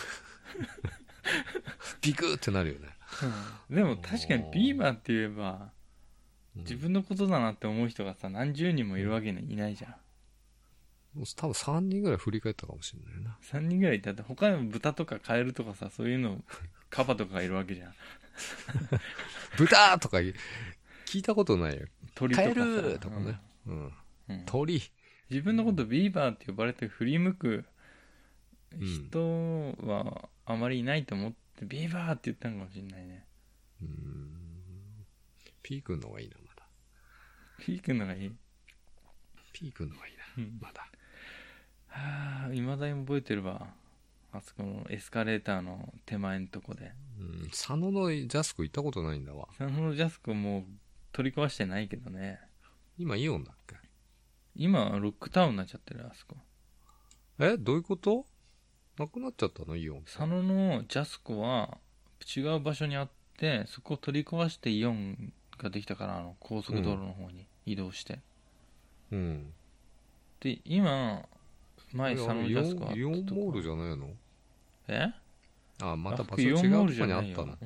S1: ビクーってなるよね、
S2: うん、でも確かにビーバーって言えば自分のことだなって思う人がさ何十人もいるわけにいないじゃん。
S1: 多分さんにんぐらい振り返ったかもしれないな。
S2: さんにんぐらいいたって他にも豚とかカエルとかさそういうのカバとかがいるわけじゃん。
S1: 豚とか聞いたことないよ。
S2: 鳥とかさ、
S1: カエルとかね、うんうん、鳥。
S2: 自分のことビーバーって呼ばれて振り向く人はあまりいないと思ってビーバーって言ったのかもしれないね。
S1: うーん、ピー君の方がいいな、まだ。
S2: ピー君の方がいい。
S1: ピー君の方がいいな、うん、まだ。
S2: はあ、未だに覚えてるわ。あそこのエスカレーターの手前のとこで。
S1: うん、佐野のジャスコ行ったことないんだわ。
S2: 佐野のジャスコもう取り壊してないけどね。
S1: 今イオンだっけ？
S2: 今ロックタウンになっちゃってる、あそこ。
S1: え、どういうこと？なくなっちゃったの、イオン？
S2: 佐野のジャスコは違う場所にあって、そこを取り壊してイオンができたから、あの高速道路の方に移動して。うん。で、今、前佐野ジャスコあったとこ。
S1: イオンモールじゃないの？
S2: え？
S1: あ、また場所違うとこにあったの。
S2: うん、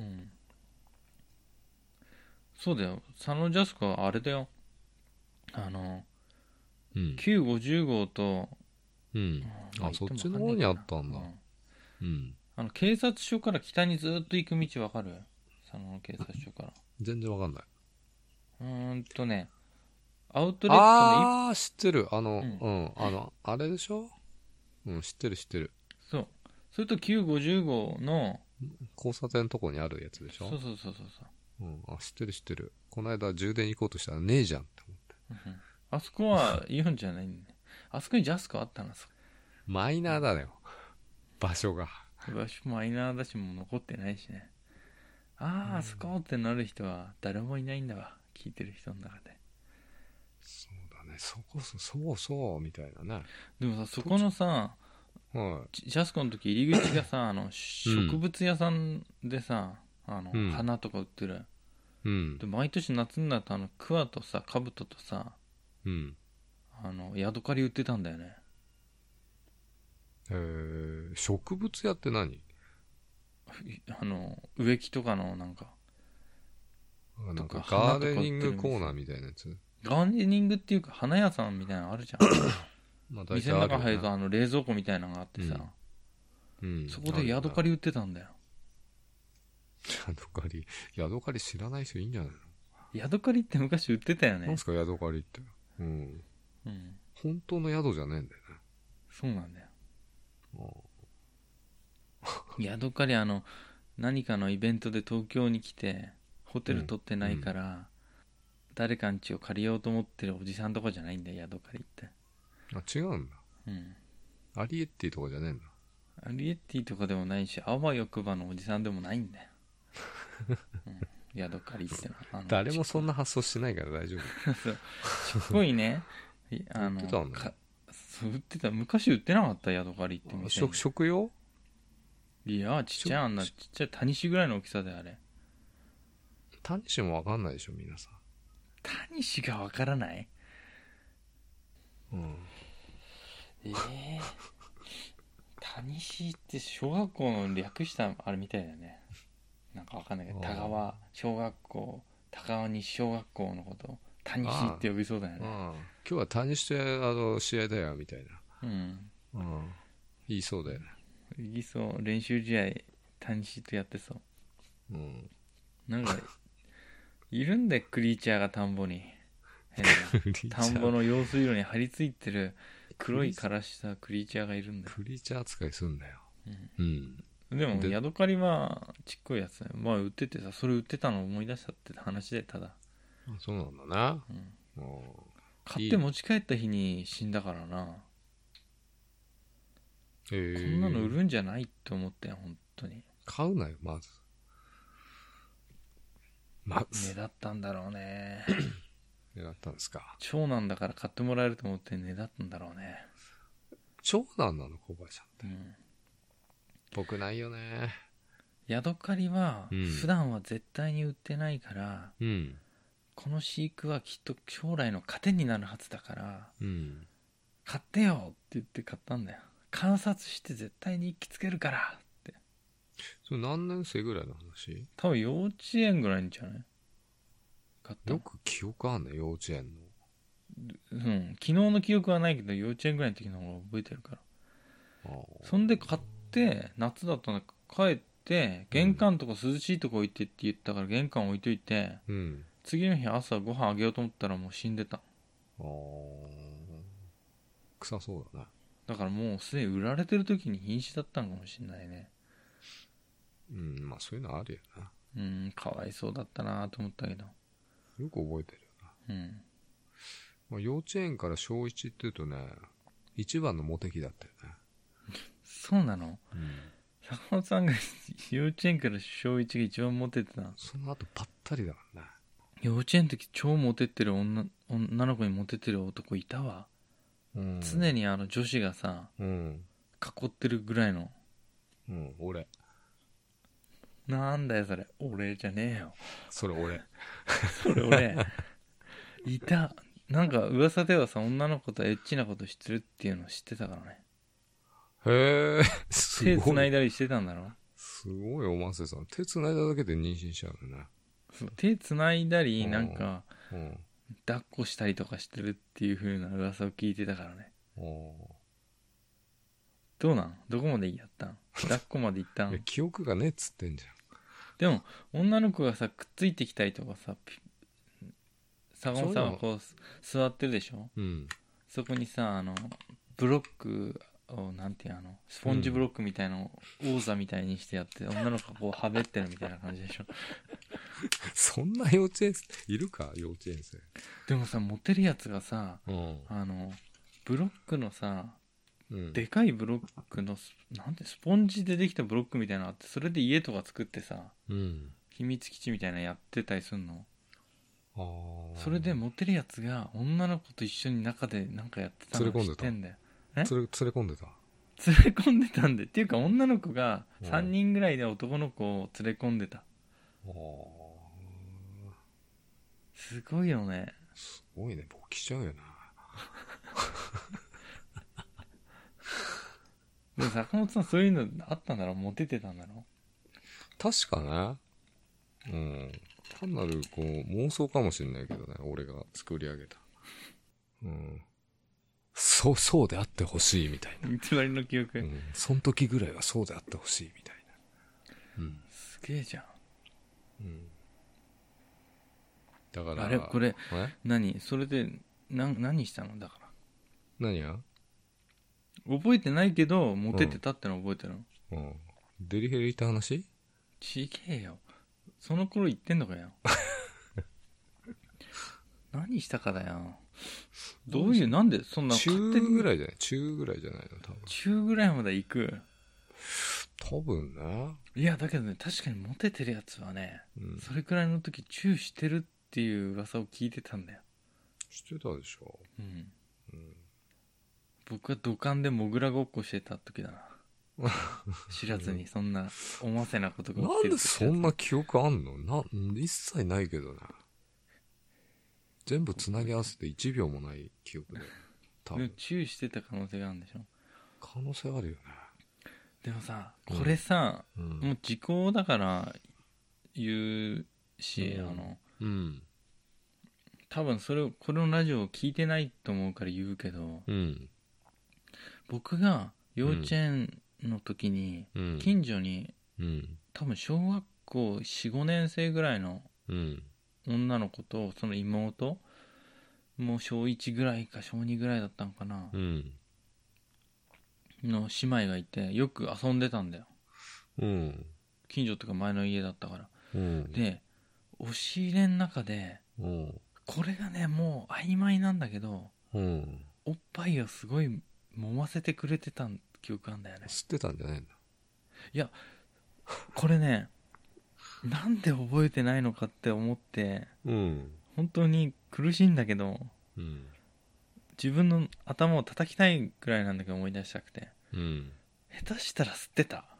S2: そうだよ。佐野ジャスコはあれだよ。あの、うん、きゅうごじゅうごうと、
S1: うん、あ、そっちの方にあったんだ。
S2: うん。うん、あの警察署から北にずっと行く道わかる？佐野の警察署から。
S1: 全然わかんない。
S2: うーんとね、 アウトレットの
S1: ああ、知ってる。あの、
S2: う
S1: うんん、あの、あれでしょ？うん、知ってる知ってる。
S2: そう。それときゅうごじゅうごの、
S1: 交差点のとこにあるやつでしょ？
S2: そうそうそうそうそう。
S1: うん、あ、知ってる知ってる。この間充電行こうとしたらねえじゃんって思って。
S2: うん、あそこはイオンじゃないんだね。あそこにジャスコあったな、そ
S1: マイナーだよ。場所が。
S2: 場所マイナーだしもう残ってないしね。ああ、あそこってなる人は誰もいないんだわ。聞いてる人の中で。
S1: そうだね。そこそ、そうそう、みたいなね。
S2: でもさ、そこのさ、
S1: は
S2: ジジャスコの時入り口がさ、あの、植物屋さんでさ、あの、
S1: うん
S2: 花とか売ってる。
S1: い。うん
S2: で、。毎年夏になるとあの、クワとさ、カブトとさ、
S1: うん。
S2: あの、ヤドカリ売ってたんだよね。
S1: えー、植物屋って何？
S2: あの、植木とかのなんか、
S1: なんか
S2: とか
S1: ガーデニングコーナーみたいなやつ？
S2: ガーデニングっていうか花屋さんみたいなのあるじゃん。
S1: まあ大
S2: 店の
S1: 体あるよね。
S2: 中入るとあの冷蔵庫みたいなのがあってさ、
S1: うん。
S2: そこでヤドカ
S1: リ。
S2: リ売ってたんだよ。
S1: ヤドカリ。ヤドカリ知らない人いいんじゃない
S2: ヤドカリって昔売ってたよ
S1: の？な
S2: ね
S1: ん。すかヤドカリって。うん。
S2: うん。
S1: 本当の宿じゃねえんだよね。
S2: そうなんだよ。
S1: あ
S2: ヤドカリあの、何かのイベントで東京に来て、ホテル取ってないから、誰かん家を借りようと思ってるおじさんとかじゃないんだよ、ヤドカリって。
S1: あ、違うんだ。
S2: うん。
S1: アリエッティとかじゃねえんだ。
S2: アリエッティとかでもないし、あわよくばのおじさんでもないんだよ。うん。ヤドカリってのは。あの
S1: 誰もそんな発想してないから大丈夫。
S2: そうちっこいね、いあの
S1: 売ってたんだ
S2: かそう売ってた。昔売ってなかったヤドカリって店に
S1: 食食用？
S2: いやちっちゃい、あんなちっちゃいタニシぐらいの大きさであれ。
S1: タニシもわかんないでしょ皆さ
S2: タニシがわからない？
S1: ん。うん。
S2: ええー、タニシって小学校の略したあれみたいだよね。なんかわかんないけど、
S1: あー
S2: 田川小学校、田川西小学校のことタニシって呼びそうだよね。
S1: ああ、今日はタニシとあの試合だよみたい
S2: うん。
S1: な。うん。言いそうだよね。
S2: いいそう、練習試合タニシとやってそう。
S1: うん。
S2: なんかいるんだよ、クリーチャーが田んぼに。変な田んぼの用水路に張り付いてる黒いからしたクリーチャーがいるんだよ。
S1: クリーチャー扱いすんだよ。
S2: うん
S1: うん。
S2: でも
S1: で
S2: ヤドカリはちっこいやつ、まあ売っててさ、それ売ってたのを思い出したって話で、ただ、
S1: あ、そうなんだな。
S2: うん、
S1: うん。
S2: 買って持ち帰った日に死んだからな。
S1: えー、
S2: こんなの売るんじゃないって思ったよ、本当に。
S1: 買うなよまず。まず。
S2: ねだったんだろうね。
S1: ねだったんですか。
S2: 長男だから買ってもらえると思ってねだったんだろうね。
S1: 長男なの小林さんって。
S2: うん
S1: 僕ないよね。
S2: ヤドカリは
S1: うん
S2: 普段は絶対に売ってないから、
S1: うん。
S2: この飼育はきっと将来の糧になるはずだから
S1: うん。
S2: 買ってよって言って買ったんだよ。観察して絶対に一気つけるからって。
S1: それ何年生ぐらいの話？
S2: 多分幼稚園ぐらいんじゃない？買った
S1: よく記憶あんね幼稚園の。
S2: うん、昨日の記憶はないけど幼稚園ぐらいの時の方が覚えてるから。
S1: あ
S2: そんで買って夏だったんだ、帰って玄関とか涼しいとこ置いてって言ったから玄関置いといて、
S1: うん。
S2: 次の日朝ご飯あげようと思ったらもう死んでた。
S1: ああ。臭そうだね。
S2: だからもうすでに売られてる時に瀕死だったのかもしれないね。
S1: うん、まあそういうのあるよな。
S2: うん、かわいそうだったなと思ったけど。
S1: よく覚えてるよな。
S2: うん。
S1: まあ、幼稚園から小いちって言うとね、一番のモテ期だったよね。
S2: そうなの？
S1: うん。
S2: 坂本さんが幼稚園から小いちが一番モテてた。
S1: その後ぱったりだからね。
S2: 幼稚園の時超モテてる女女の子にモテてる男いたわ。
S1: うん。
S2: 常にあの女子がさ
S1: うん。
S2: 囲ってるぐらいの。
S1: うん、俺。
S2: なんだよそれ、俺じゃねえよ。
S1: それ俺。
S2: それ俺いた。なんか噂ではさ、女の子とエッチなことしてるっていうの知ってたからね。
S1: へえ、すごい。
S2: 手繋いだりしてたんだろ。
S1: すごいおませさん。手繋いだだけで妊娠しちゃうよね。
S2: そう手繋いだりなんか
S1: うん。
S2: 抱っこしたりとかしてるっていう風な噂を聞いてたからね。どうなん？どこまでやったん？抱っこまで行った
S1: いや
S2: ん？
S1: 記憶がねえっつってんじ
S2: でも女の子がさくっついてきたりとかさ、 坂本さんはこう座ってるでしょ、
S1: うん、
S2: そこにさあのブロックをなんていうあのスポンジブロックみたいなのを王座みたいにしてやって、うん、女の子がこうはべってるみたいな感じでしょ
S1: そんな幼稚園いるか幼稚園生。
S2: でもさモテるやつがさ、
S1: うん、
S2: あのブロックのさ、
S1: うん、
S2: でかいブロックのなんてスポンジでできたブロックみたいなのあって、それで家とか作ってさ、
S1: うん、
S2: 秘密基地みたいなのやってたりすんの。
S1: あ
S2: それでモテるやつが女の子と一緒に中でなんかやってたの知ってんだよ。え
S1: 連れ込んでた
S2: 連れ込んでたんで、っていうか女の子がさんにんぐらいで男の子を連れ込んでた。すごいよね。
S1: すごいね、勃起しちゃうよな
S2: でも坂本さんそういうのあったんだろ、モテてたんだろ。
S1: 確かね、うん、単なるこう妄想かもしれないけどね、俺が作り上げた、うん、そうそうであってほしいみたいな
S2: 偽りの記憶、
S1: うん、その時ぐらいはそうであってほしいみたいな、うん、
S2: すげえじゃん、
S1: うん、だから
S2: あれこれ何それでな何したのだから。
S1: 何や
S2: 覚えてないけどモテてたっての覚えてるの、
S1: うんうん、デリヘル行った話
S2: ちげえよ、その頃言ってんのかよ何したかだよ。どういう、なんでそんな
S1: 中ぐらいじゃない中ぐらいじゃないの多分。
S2: 中ぐらいまで行く
S1: 多分な。
S2: いやだけどね、確かにモテてるやつはね、
S1: うん、
S2: それくらいの時チューしてるっていう噂を聞いてたんだよ。
S1: してたでしょ、
S2: うん
S1: うん、
S2: 僕は土管でモグラごっこしてた時だな知らずにそんなおませなことが起きてる。
S1: なんでそんな記憶あんのな、一切ないけどな。全部つなぎ合わせていちびょうもない記憶で多分。
S2: でもチューしてた可能性があるんでしょ。
S1: 可能性あるよね。
S2: でもさこれさ、
S1: うん、
S2: もう時効だから言うし、うん、あの、
S1: うん、
S2: 多分それをこのラジオを聞いてないと思うから言うけど、
S1: うん、
S2: 僕が幼稚園の時に近所に、うん、多分小学校 よん,ご 年生ぐらいの女の子とその妹もう小いちぐらいか小にぐらいだったのかな、うん、の姉妹がいてよく遊んでたんだよ、うん、近所とか前の家だったから、うん、で押し入れの中で、うん、これがねもう曖昧なんだけど、うん、おっぱいをすごい揉ませてくれてた記憶あんだよね。
S1: 知ってたんじゃないんだ。
S2: いやこれねなんで覚えてないのかって思って、うん、本当に苦しいんだけど、うん、自分の頭を叩きたいくらいなんだけど思い出したくて、うん、下手したら吸ってた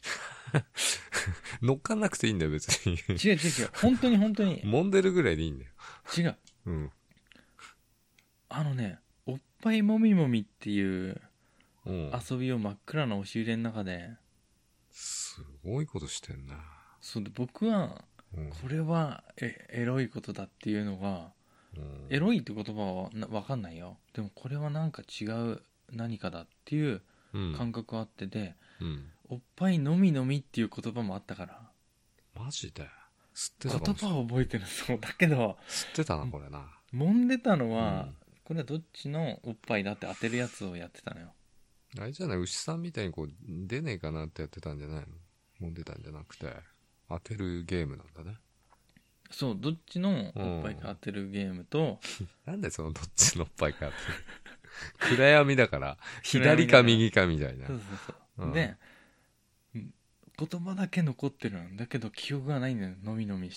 S1: 乗っかんなくていいんだよ別に
S2: 違う違う違う本当に本当に
S1: 揉んでるぐらいでいいんだよ。
S2: 違う、うん、あのねおっぱいもみもみっていう遊びを真っ暗な押し入れの中で、
S1: すごいことしてんな。
S2: そうで僕はこれは エ, エロいことだっていうのが、うん、エロいって言葉は分かんないよ。でもこれはなんか違う何かだっていう感覚があってで、うんうん、おっぱい飲み飲みっていう言葉もあったから。
S1: マジで吸ってたかもしれない。
S2: 言葉を覚えてる。そうだけど
S1: 吸ってたなこれな。
S2: 揉んでたのは、うん、これはどっちのおっぱいだって当てるやつをやってたのよ。あ
S1: れじゃない牛さんみたいにこう出ねえかなってやってたんじゃないの。揉んでたんじゃなくて当てるゲームなんだね。
S2: そうどっちのおっぱいか当てるゲームと、
S1: うん、なんでそのどっちのおっぱいか当てる暗闇だから左か右かみたいな。
S2: そうそうそう、うん、で言葉だけ残ってるんだけど記憶がないんだよ。飲み飲みした。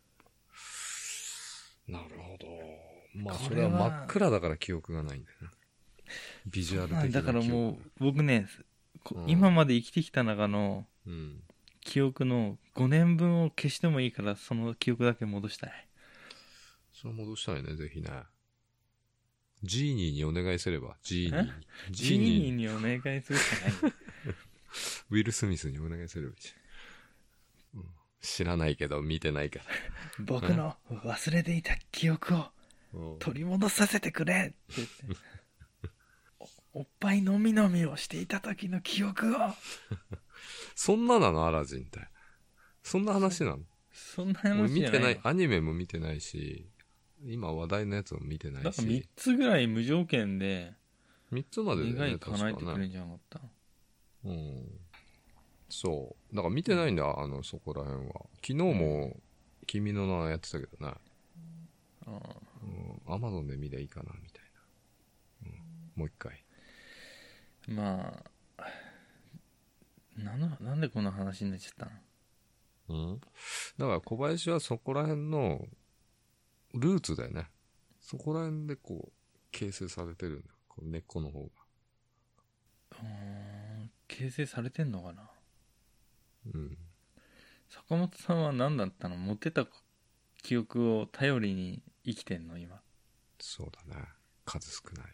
S1: なるほど。まあそれは真っ暗だから記憶がないんだよね。ビジュアル的な記憶。
S2: だからもう僕ね、うん、今まで生きてきた中の記憶のごねんぶんを消してもいいからその記憶だけ戻したい。
S1: それ戻したいねぜひね。ジーニーにお願いすれば。ジーニーに
S2: ジーニーにお願いするしかない
S1: ウィル・スミスにお願いすればいいじゃん、うん、知らないけど見てないから
S2: 僕の忘れていた記憶を取り戻させてくれって言ってお, おっぱい飲み飲みをしていた時の記憶を
S1: そんななのアラジンって。そんな話なの。
S2: そんな話じゃないの。
S1: 俺見てない。アニメも見てないし今話題のやつも見てないし。
S2: だからみっつぐらい無条件で
S1: みっつまでで、ね、
S2: 願い叶えてくれるんじゃなかった、
S1: ね、うん。そう。だから見てないんだ、あの、そこら辺は。昨日も、君の名はやってたけどね。
S2: ああ。
S1: うん。アマゾンで見りゃいいかな、みたいな。うん。もう一回。
S2: まあ、なんの、なんでこんな話になっちゃったの？
S1: うん。だから小林はそこら辺の、ルーツだよね。そこら辺でこう、形成されてるんだよ。こう根っこの方が。
S2: うーん、形成されてんのかな。
S1: うん。
S2: 坂本さんは何だったの？持ってた記憶を頼りに生きてんの今？
S1: そうだね。数少ない。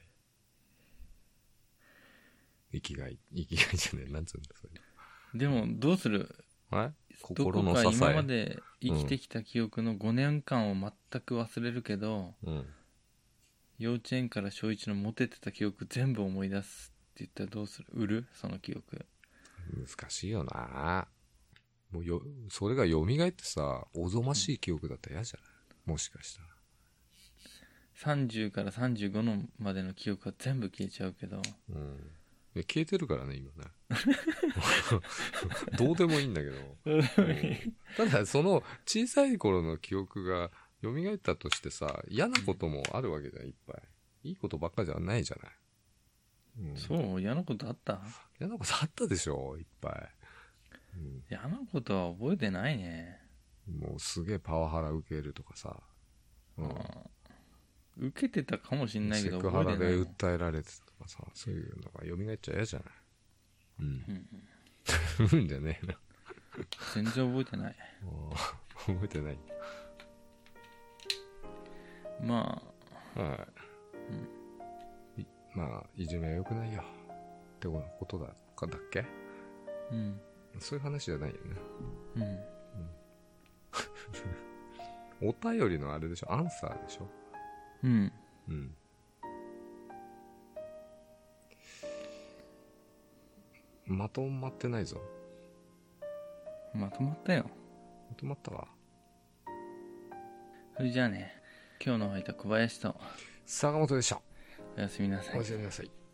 S1: 生きがい、生きがいじゃねえ、なんつうんだ、それ。
S2: でも、どうする？
S1: え？
S2: どこ
S1: 心の支え。
S2: か今まで生きてきた記憶のごねんかんを全く忘れるけど、
S1: うん。
S2: 幼稚園から小いちのモテてた記憶全部思い出すって言ったらどうする？売る？その記憶。
S1: 難しいよな。もうよ、それが蘇ってさ、おぞましい記憶だったら嫌じゃない？もしかしたら。
S2: さんじゅうからさんじゅうごのまでの記憶は全部消えちゃうけど。
S1: うん。いや消えてるからね、今ね。どうでもいいんだけど。うん、ただ、その小さい頃の記憶が蘇ったとしてさ、嫌なこともあるわけじゃん、いっぱい。いいことばっかじゃないじゃない。
S2: うん、そう、嫌なことあった？
S1: 嫌なことあったでしょ、いっぱい。
S2: うん、嫌なことは覚えてないね。
S1: もうすげえパワハラ受けるとかさ。
S2: うん。受けてたかもしんないけど
S1: 覚えてない。セクハラで訴えられてたとかさ、そういうのが蘇っちゃ嫌じゃない。うん。うん。うんじゃねえな。
S2: 全然覚えてない。
S1: 覚えてない。
S2: まあ。
S1: はい。うん、まあ、いじめは良くないよ。ってことだかだっけ？うん。そういう話じゃないよね。うん。うん、お便りのあれでしょ？アンサーでしょ？うん。うん。まとまってないぞ。
S2: まとまったよ。
S1: まとまったわ。
S2: それじゃあね、今日の相手は小林と
S1: 坂本でした。
S2: おやすみなさい。
S1: おやすみなさい。